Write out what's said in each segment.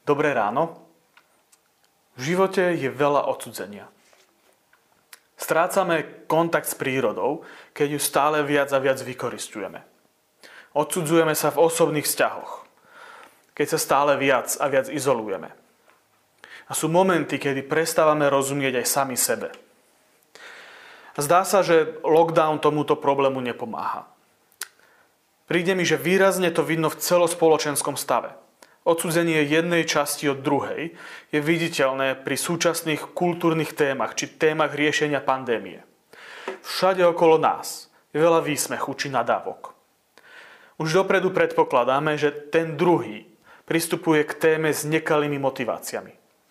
Dobré ráno. V živote je veľa odcudzenia. Strácame kontakt s prírodou, keď ju stále viac a viac vykorisťujeme. Odcudzujeme sa v osobných vzťahoch, keď sa stále viac a viac izolujeme. A sú momenty, kedy prestávame rozumieť aj sami sebe. Zdá sa, že lockdown tomuto problému nepomáha. Príde mi, že výrazne to vidno v celospoločenskom stave. Odcudzenie jednej časti od druhej je viditeľné pri súčasných kultúrnych témach či témach riešenia pandémie. Všade okolo nás je veľa výsmechu či nadávok. Už dopredu predpokladáme, že ten druhý pristupuje k téme s nekalými motiváciami.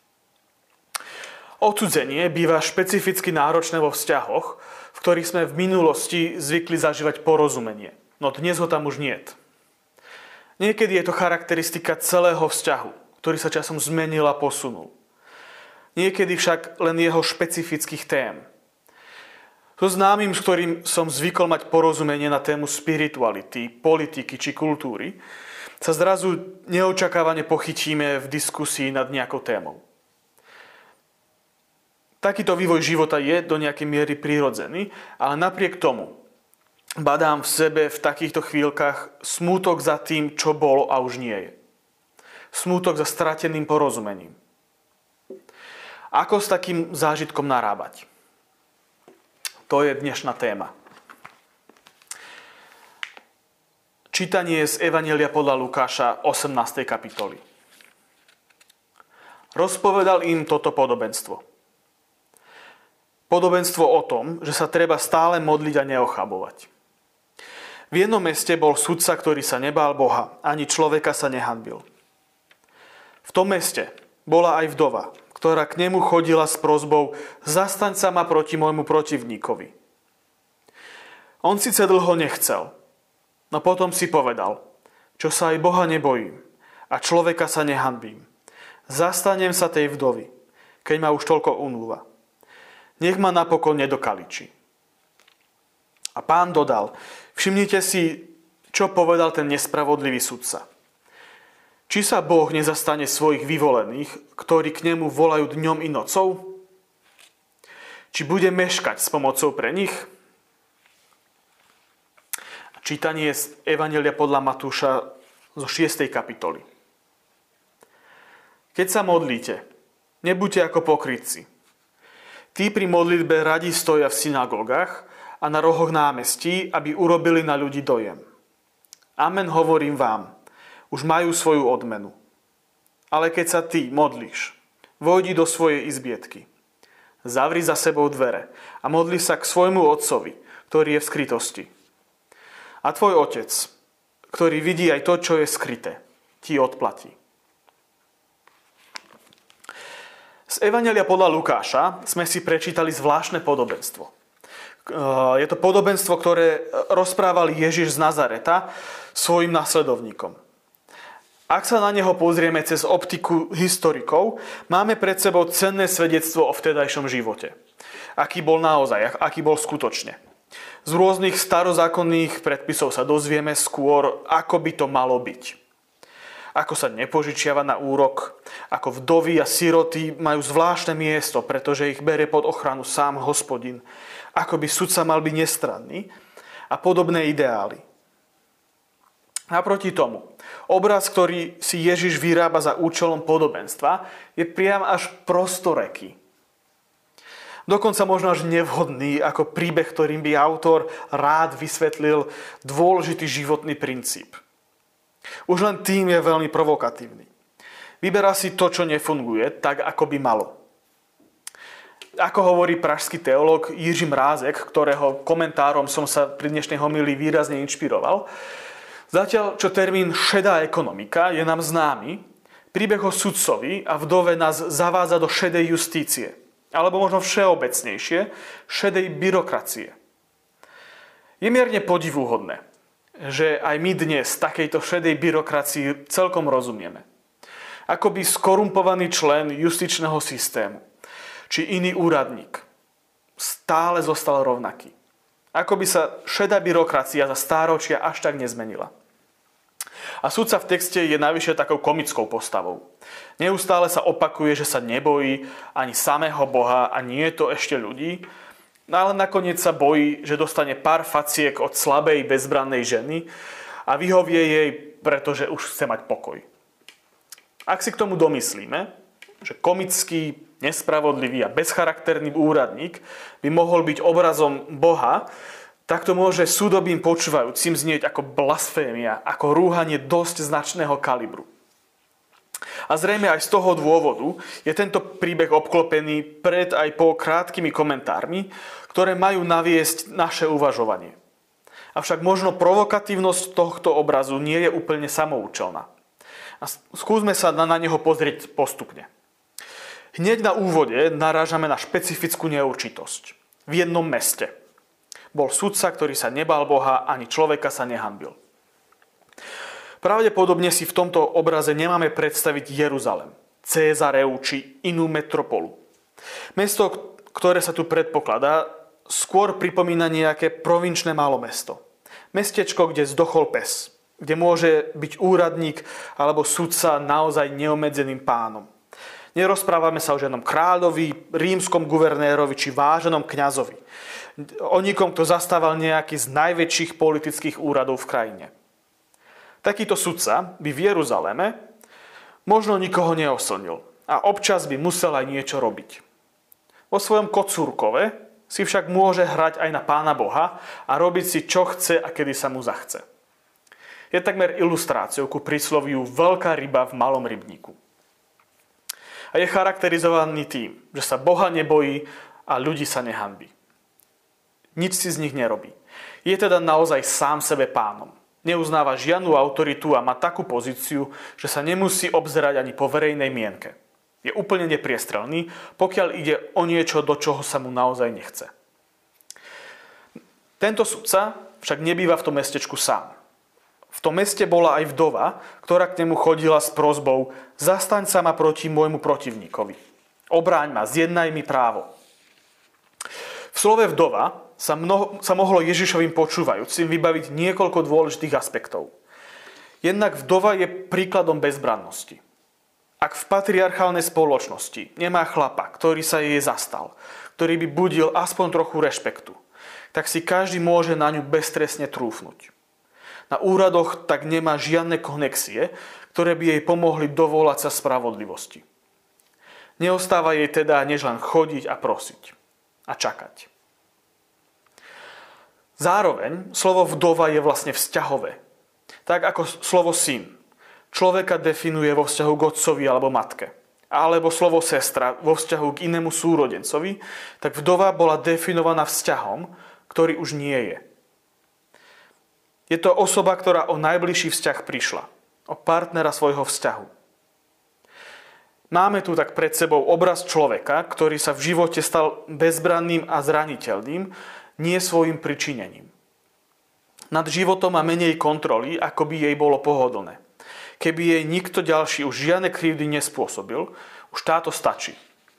Odcudzenie býva špecificky náročné vo vzťahoch, v ktorých sme v minulosti zvykli zažívať porozumenie. No dnes ho tam už niet. Niekedy je to charakteristika celého vzťahu, ktorý sa časom zmenil a posunul. Niekedy však len jeho špecifických tém. So známym, s ktorým som zvykol mať porozumenie na tému spirituality, politiky či kultúry, sa zrazu neočakávane pochytíme v diskusii nad nejakou témou. Takýto vývoj života je do nejakej miery prirodzený, ale napriek tomu badám v sebe v takýchto chvíľkach smútok za tým, čo bolo a už nie je. Smútok za strateným porozumením. Ako s takým zážitkom narábať? To je dnešná téma. Čítanie z Evanjelia podľa Lukáša 18. kapitoly. Rozpovedal im toto podobenstvo. Podobenstvo o tom, že sa treba stále modliť a neochabovať. V jednom meste bol sudca, ktorý sa nebál Boha, ani človeka sa nehanbil. V tom meste bola aj vdova, ktorá k nemu chodila s prosbou: zastaň sa ma proti môjmu protivníkovi. On síce dlho nechcel, no potom si povedal: čo sa aj Boha nebojím a človeka sa nehanbím. Zastanem sa tej vdovy, keď ma už toľko unúva. Nech ma napokon nedokaličí. A Pán dodal: všimnite si, čo povedal ten nespravodlivý sudca. Či sa Boh nezastane svojich vyvolených, ktorí k nemu volajú dňom i nocou? Či bude meškať s pomocou pre nich? Čítanie z Evanjelia podľa Matúša zo 6. kapitoly. Keď sa modlíte, nebuďte ako pokrytci. Tí pri modlitbe radi stoja v synagógach a na rohoch námestí, aby urobili na ľudí dojem. Amen, hovorím vám, už majú svoju odmenu. Ale keď sa ty modlíš, vojdi do svojej izbietky. Zavri za sebou dvere a modli sa k svojmu otcovi, ktorý je v skrytosti. A tvoj otec, ktorý vidí aj to, čo je skryté, ti odplatí. Z Evanjelia podľa Lukáša sme si prečítali zvláštne podobenstvo. Je to podobenstvo, ktoré rozprával Ježiš z Nazareta svojim nasledovníkom. Ak sa na neho pozrieme cez optiku historikov, máme pred sebou cenné svedectvo o vtedajšom živote. Aký bol naozaj, aký bol skutočne. Z rôznych starozákonných predpisov sa dozvieme skôr, ako by to malo byť. Ako sa nepožičiava na úrok, ako vdovy a siroty majú zvláštne miesto, pretože ich berie pod ochranu sám Hospodin, ako by sudca mal byť nestranný a podobné ideály. Naproti tomu, obraz, ktorý si Ježiš vyrába za účelom podobenstva, je priam až prostoreký. Dokonca možno až nevhodný ako príbeh, ktorým by autor rád vysvetlil dôležitý životný princíp. Už len tým je veľmi provokatívny. Vyberá si to, čo nefunguje, tak ako by malo. Ako hovorí pražský teológ Jiří Mrázek, ktorého komentárom som sa pri dnešnej homílii výrazne inšpiroval, zatiaľ čo termín šedá ekonomika je nám známy, príbeh o sudcovi a vdove nás zavádza do šedej justície, alebo možno všeobecnejšie, šedej byrokracie. Je mierne podivuhodné, že aj my dnes takejto šedej byrokracii celkom rozumieme. Akoby skorumpovaný člen justičného systému či iný úradník stále zostal rovnaký. Akoby sa šedá byrokracia za stáročia až tak nezmenila. A sudca v texte je navyše takou komickou postavou. Neustále sa opakuje, že sa nebojí ani samého Boha, a nie je to ešte ľudí, ale nakoniec sa bojí, že dostane pár faciek od slabej, bezbrannej ženy a vyhovie jej, pretože už chce mať pokoj. Ak si k tomu domyslíme, že komický, nespravodlivý a bezcharakterný úradník by mohol byť obrazom Boha, tak to môže súdobým počúvajúcim znieť ako blasfémia, ako rúhanie dosť značného kalibru. A zrejme aj z toho dôvodu je tento príbeh obklopený pred aj po krátkými komentármi, ktoré majú naviesť naše uvažovanie. Avšak možno provokatívnosť tohto obrazu nie je úplne samoučelná. A skúsme sa na neho pozrieť postupne. Hneď na úvode narážame na špecifickú neurčitosť. V jednom meste bol sudca, ktorý sa nebal Boha, ani človeka sa nehanbil. Pravdepodobne si v tomto obraze nemáme predstaviť Jeruzalem, Cézareu či inú metropolu. Mesto, ktoré sa tu predpokladá, skôr pripomína nejaké provinčné málomesto. Mestečko, kde zdochol pes, kde môže byť úradník alebo sudca naozaj neobmedzeným pánom. Nerozprávame sa o žiadnom kráľovi, rímskom guvernérovi či váženom kňazovi. O nikom, kto zastával nejaký z najväčších politických úradov v krajine. Takýto sudca by v Jeruzaleme možno nikoho neoslnil a občas by musel aj niečo robiť. Vo svojom kocúrkove si však môže hrať aj na Pána Boha a robiť si, čo chce a kedy sa mu zachce. Je takmer ilustráciou ku prísloviu veľká ryba v malom rybníku. A je charakterizovaný tým, že sa Boha nebojí a ľudí sa nehanbí. Nič si z nich nerobí. Je teda naozaj sám sebe pánom. Neuznáva žiadnu autoritu a má takú pozíciu, že sa nemusí obzerať ani po verejnej mienke. Je úplne nepriestrelný, pokiaľ ide o niečo, do čoho sa mu naozaj nechce. Tento sudca však nebýva v tom mestečku sám. V tom meste bola aj vdova, ktorá k nemu chodila s prosbou: zastaň sa ma proti môjmu protivníkovi. Obráň ma, zjednaj mi právo. V slove vdova sa mohlo Ježišovým počúvajúcim vybaviť niekoľko dôležitých aspektov. Jednak vdova je príkladom bezbrannosti. Ak v patriarchálnej spoločnosti nemá chlapa, ktorý sa jej zastal, ktorý by budil aspoň trochu rešpektu, tak si každý môže na ňu beztrestne trúfnuť. Na úradoch tak nemá žiadne konexie, ktoré by jej pomohli dovolať sa spravodlivosti. Neostáva jej teda než len chodiť a prosiť. A čakať. Zároveň slovo vdova je vlastne vzťahové. Tak ako slovo syn človeka definuje vo vzťahu k otcovi alebo matke, alebo slovo sestra vo vzťahu k inému súrodencovi, tak vdova bola definovaná vzťahom, ktorý už nie je. Je to osoba, ktorá o najbližší vzťah prišla. O partnera svojho vzťahu. Máme tu tak pred sebou obraz človeka, ktorý sa v živote stal bezbranným a zraniteľným, nie svojim pričinením. Nad životom má menej kontroly, ako by jej bolo pohodlné. Keby jej nikto ďalší už žiadne krivdy nespôsobil, už táto stačí.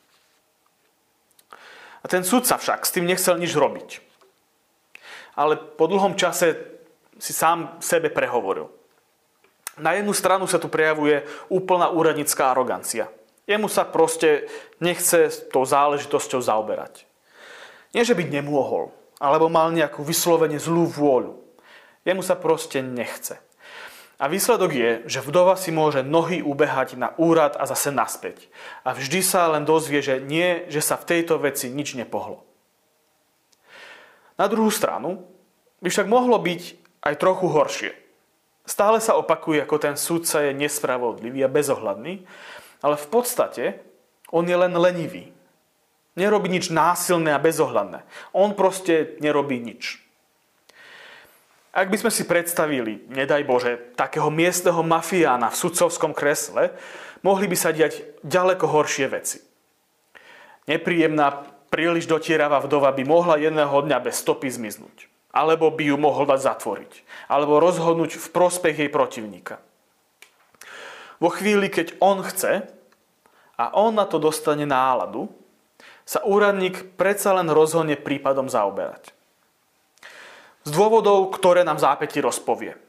A ten sudca však s tým nechcel nič robiť. Ale po dlhom čase si sám sebe prehovoril. Na jednu stranu sa tu prejavuje úplná úradnícka arogancia. Jemu sa proste nechce s tou záležitosťou zaoberať. Nie, že by nemôhol, alebo mal nejakú vyslovene zlú vôľu. Jemu sa proste nechce. A výsledok je, že vdova si môže nohy ubehať na úrad a zase naspäť. A vždy sa len dozvie, že nie, že sa v tejto veci nič nepohlo. Na druhú stranu by však mohlo byť aj trochu horšie. Stále sa opakuje, ako ten sudca je nespravodlivý a bezohľadný, ale v podstate on je len lenivý. Nerobí nič násilné a bezohľadné. On proste nerobí nič. Ak by sme si predstavili, nedaj Bože, takého miestneho mafiána v sudcovskom kresle, mohli by sa diať ďaleko horšie veci. Nepríjemná, príliš dotieravá vdova by mohla jedného dňa bez stopy zmiznúť. Alebo by ju mohol dať zatvoriť. Alebo rozhodnúť v prospech jej protivníka. Vo chvíli, keď on chce a on na to dostane náladu, sa úradník predsa len rozhodne prípadom zaoberať. Z dôvodov, ktoré nám zápätí rozpovie.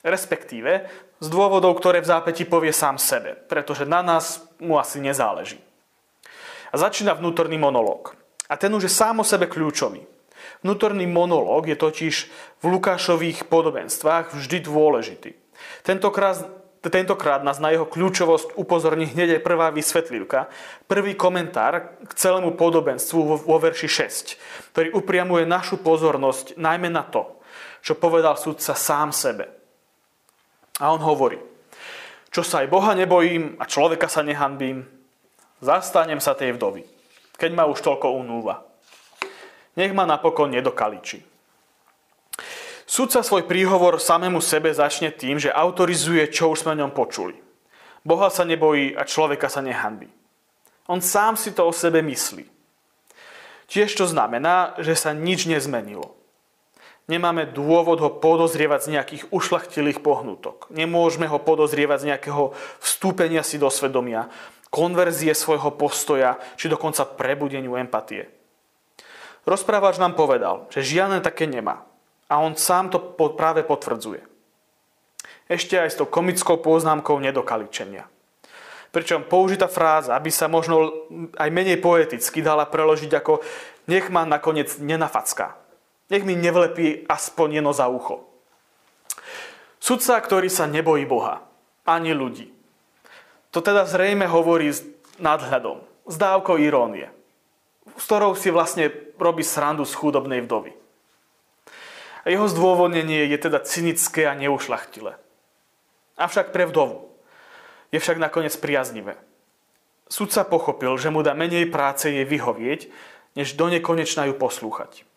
Respektíve z dôvodov, ktoré v zápäti povie sám sebe, pretože na nás mu asi nezáleží. A začína vnútorný monológ. A ten už je sám o sebe kľúčový. Vnútorný monológ je totiž v Lukášových podobenstvách vždy dôležitý. Tentokrát nás na jeho kľúčovosť upozorní hneď aj prvá vysvetlivka, prvý komentár k celému podobenstvu vo verši 6, ktorý upriamuje našu pozornosť najmä na to, čo povedal sudca sám sebe. A on hovorí: čo sa aj Boha nebojím a človeka sa nehanbím, zastanem sa tej vdovy, keď ma už toľko unúva. Nech ma napokon nedokaličí. Sudca svoj príhovor samému sebe začne tým, že autorizuje, čo už sme o ňom počuli. Boha sa nebojí a človeka sa nehanbí. On sám si to o sebe myslí. Tiež to znamená, že sa nič nezmenilo. Nemáme dôvod ho podozrievať z nejakých ušľachtilých pohnutok. Nemôžeme ho podozrievať z nejakého vstúpenia si do svedomia, konverzie svojho postoja, či dokonca prebudeniu empatie. Rozprávač nám povedal, že žiadne také nemá. A on sám to práve potvrdzuje. Ešte aj s tou komickou poznámkou nedokaličenia. Pričom použitá fráza by sa možno aj menej poeticky dala preložiť ako nech ma nakoniec nenafacká. Nech mi nevlepí aspoň jedno za ucho. Sudca, ktorý sa nebojí Boha, ani ľudí. To teda zrejme hovorí s nadhľadom, s dávkou irónie, s ktorou si vlastne robí srandu z chudobnej vdovy. A jeho zdôvodnenie je teda cynické a neušľachtilé. Avšak pre vdovu je však nakoniec priaznivé. Sudca pochopil, že mu dá menej práce jej vyhovieť, než do nekonečna ju poslúchať.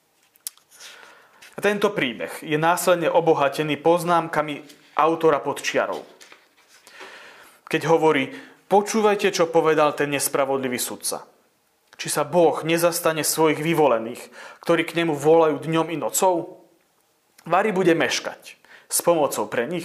A tento príbeh je následne obohatený poznámkami autora pod čiarou. Keď hovorí: počúvajte, čo povedal ten nespravodlivý sudca. Či sa Boh nezastane svojich vyvolených, ktorí k nemu volajú dňom i nocou? Vari bude meškať s pomocou pre nich.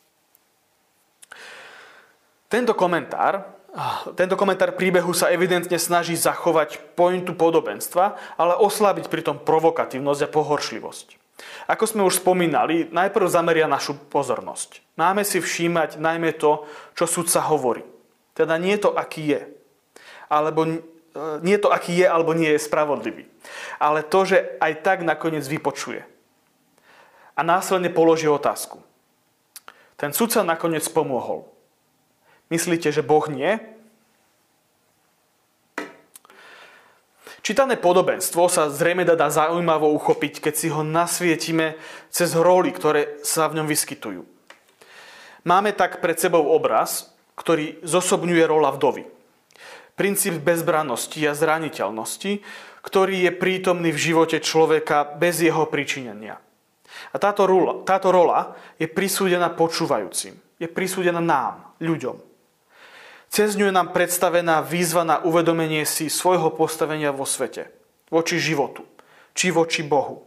Tento komentár príbehu sa evidentne snaží zachovať pointu podobenstva, ale oslabiť pritom provokatívnosť a pohoršlivosť. Ako sme už spomínali, najprv zameria našu pozornosť. Máme si všímať najmä to, čo sudca hovorí. Teda nie to, aký je. Nie to, aký je alebo nie je spravodlivý. Ale to, že aj tak nakoniec vypočuje. A následne položí otázku. Ten sudca nakoniec pomohol. Myslíte, že Boh nie? Čítané podobenstvo sa zrejme dá zaujímavo uchopiť, keď si ho nasvietime cez roly, ktoré sa v ňom vyskytujú. Máme tak pred sebou obraz, ktorý zosobňuje rola vdovy. Princíp bezbrannosti a zraniteľnosti, ktorý je prítomný v živote človeka bez jeho pričinenia. A táto rola je prisúdená počúvajúcim. Je prisúdená nám, ľuďom. Cez ňu je nám predstavená výzva na uvedomenie si svojho postavenia vo svete, voči životu, či voči Bohu.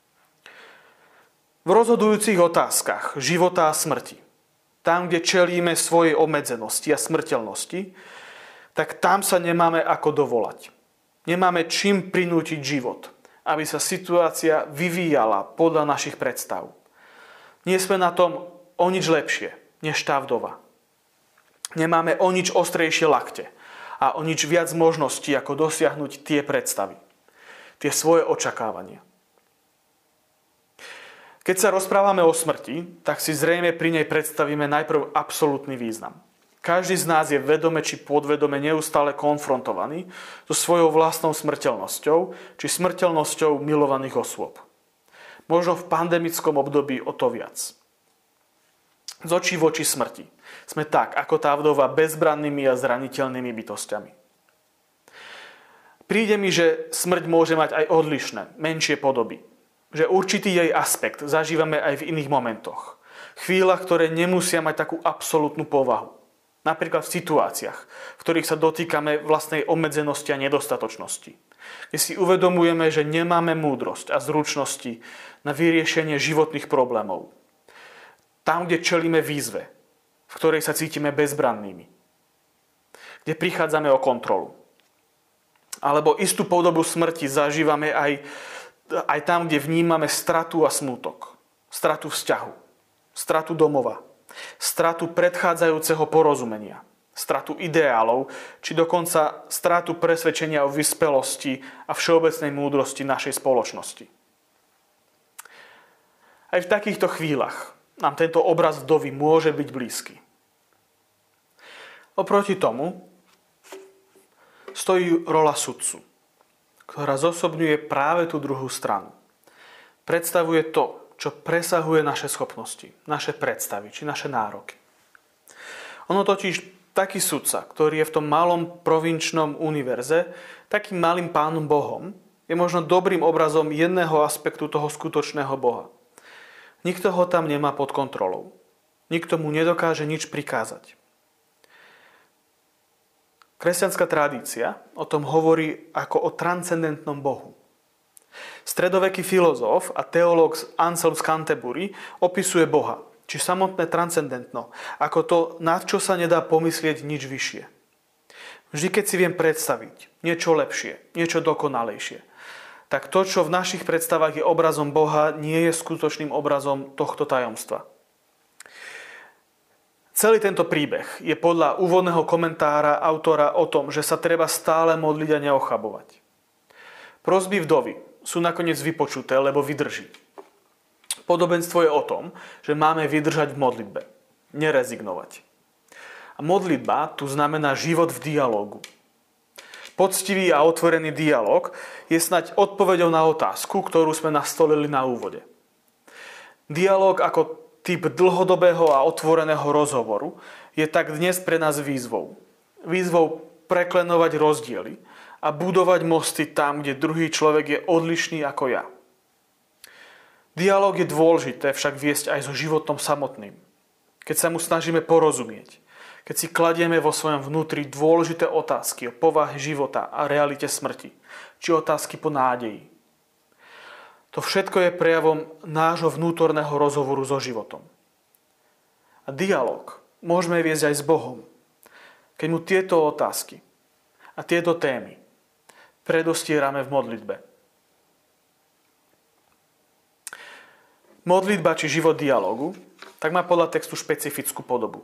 V rozhodujúcich otázkach života a smrti, tam, kde čelíme svojej obmedzenosti a smrteľnosti, tak tam sa nemáme ako dovolať. Nemáme čím prinútiť život, aby sa situácia vyvíjala podľa našich predstav. Nie sme na tom o nič lepšie, než tá vdova. Nemáme o nič ostrejšie lakte a o nič viac možností, ako dosiahnuť tie predstavy, tie svoje očakávania. Keď sa rozprávame o smrti, tak si zrejme pri nej predstavíme najprv absolútny význam. Každý z nás je vedome či podvedome neustále konfrontovaný so svojou vlastnou smrteľnosťou či smrteľnosťou milovaných osôb. Možno v pandemickom období o to viac. Z očí v oči smrti sme tak, ako tá vdova, bezbrannými a zraniteľnými bytostiami. Príde mi, že smrť môže mať aj odlišné, menšie podoby. Že určitý jej aspekt zažívame aj v iných momentoch. Chvíľach, ktoré nemusia mať takú absolútnu povahu. Napríklad v situáciách, v ktorých sa dotýkame vlastnej obmedzenosti a nedostatočnosti. Kde si uvedomujeme, že nemáme múdrosť a zručnosti na vyriešenie životných problémov. Tam, kde čelíme výzve, v ktorej sa cítime bezbrannými. Kde prichádzame o kontrolu. Alebo istú podobu smrti zažívame aj tam, kde vnímame stratu a smútok. Stratu vzťahu. stratu domova, stratu predchádzajúceho porozumenia, stratu ideálov, či dokonca stratu presvedčenia o vyspelosti a všeobecnej múdrosti našej spoločnosti. Aj v takýchto chvíľach nám tento obraz vdovy môže byť blízky. Oproti tomu stojí rola sudcu, ktorá zosobňuje práve tú druhú stranu. Predstavuje to, čo presahuje naše schopnosti, naše predstavy či naše nároky. Ono totiž taký sudca, ktorý je v tom malom provinčnom univerze, takým malým pánom Bohom, je možno dobrým obrazom jedného aspektu toho skutočného Boha. Nikto ho tam nemá pod kontrolou. Nikto mu nedokáže nič prikázať. Kresťanská tradícia o tom hovorí ako o transcendentnom Bohu. Stredoveký filozof a teológ Anselm z Canterbury opisuje Boha, či samotné transcendentno, ako to, nad čo sa nedá pomyslieť nič vyššie. Vždy, keď si viem predstaviť niečo lepšie, niečo dokonalejšie, tak to, čo v našich predstavách je obrazom Boha, nie je skutočným obrazom tohto tajomstva. Celý tento príbeh je podľa úvodného komentára autora o tom, že sa treba stále modliť a neochabovať. Prosby vdovy sú nakoniec vypočuté, lebo vydrží. Podobenstvo je o tom, že máme vydržať v modlitbe, nerezignovať. A modlitba tu znamená život v dialógu. Poctivý a otvorený dialóg je snáď odpoveďou na otázku, ktorú sme nastolili na úvode. Dialóg ako typ dlhodobého a otvoreného rozhovoru je tak dnes pre nás výzvou. Výzvou preklenovať rozdiely a budovať mosty tam, kde druhý človek je odlišný ako ja. Dialóg je dôležité však viesť aj so životom samotným. Keď sa mu snažíme porozumieť, keď si kladieme vo svojom vnútri dôležité otázky o povahe života a realite smrti, či otázky po nádeji. To všetko je prejavom nášho vnútorného rozhovoru so životom. A dialóg môžeme viesť aj s Bohom, keď mu tieto otázky a tieto témy predostierame v modlitbe. Modlitba či život dialógu tak má podľa textu špecifickú podobu.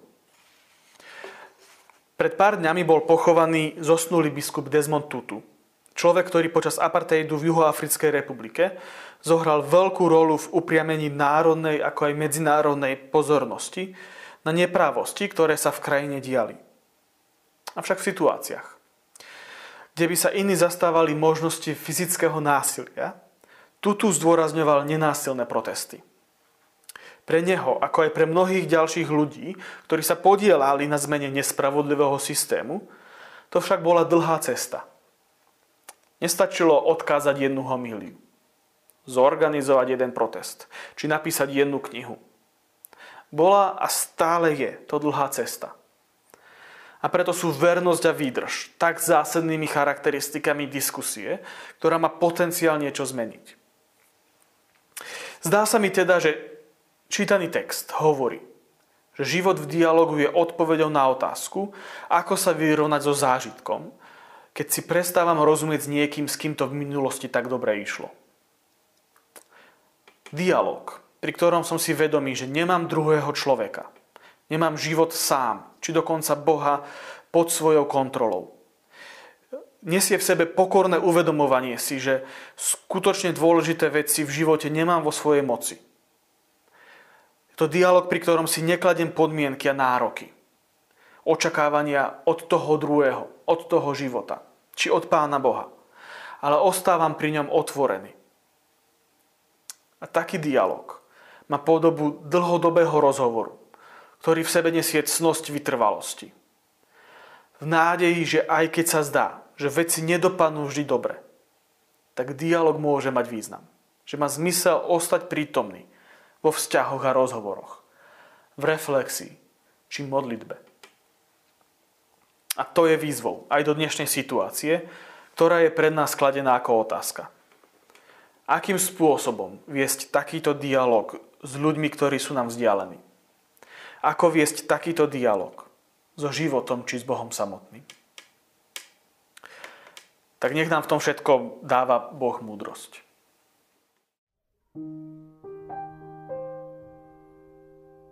Pred pár dňami bol pochovaný zosnulý biskup Desmond Tutu, človek, ktorý počas apartheidu v Juhoafrickej republike zohral veľkú rolu v upriamení národnej ako aj medzinárodnej pozornosti na neprávosti, ktoré sa v krajine diali. Avšak v situáciách, kde by sa iní zastávali možnosti fyzického násilia, Tutu zdôrazňoval nenásilné protesty. Pre neho, ako aj pre mnohých ďalších ľudí, ktorí sa podielali na zmene nespravodlivého systému, to však bola dlhá cesta. Nestačilo odkázať jednu homíliu, zorganizovať jeden protest, či napísať jednu knihu. Bola a stále je to dlhá cesta. A preto sú vernosť a výdrž tak zásadnými charakteristikami diskusie, ktorá má potenciál niečo zmeniť. Zdá sa mi teda, že čítaný text hovorí, že život v dialogu je odpoveďou na otázku, ako sa vyrovnať so zážitkom, keď si prestávam rozumieť s niekým, s kým to v minulosti tak dobre išlo. Dialóg, pri ktorom som si vedomý, že nemám druhého človeka, nemám život sám, či dokonca Boha pod svojou kontrolou. Nesie v sebe pokorné uvedomovanie si, že skutočne dôležité veci v živote nemám vo svojej moci. Je to dialóg, pri ktorom si nekladiem podmienky a nároky. Očakávania od toho druhého, od toho života, či od Pána Boha. Ale ostávam pri ňom otvorený. A taký dialóg má podobu dlhodobého rozhovoru, ktorý v sebe nesie cnosť vytrvalosti. V nádeji, že aj keď sa zdá, že veci nedopadnú vždy dobre, tak dialóg môže mať význam. Že má zmysel ostať prítomný vo vzťahoch a rozhovoroch, v reflexii či modlitbe. A to je výzvou aj do dnešnej situácie, ktorá je pred nás kladená ako otázka. Akým spôsobom viesť takýto dialog s ľuďmi, ktorí sú nám vzdialení? Ako viesť takýto dialog so životom či s Bohom samotným? Tak nech nám v tom všetko dáva Boh múdrosť.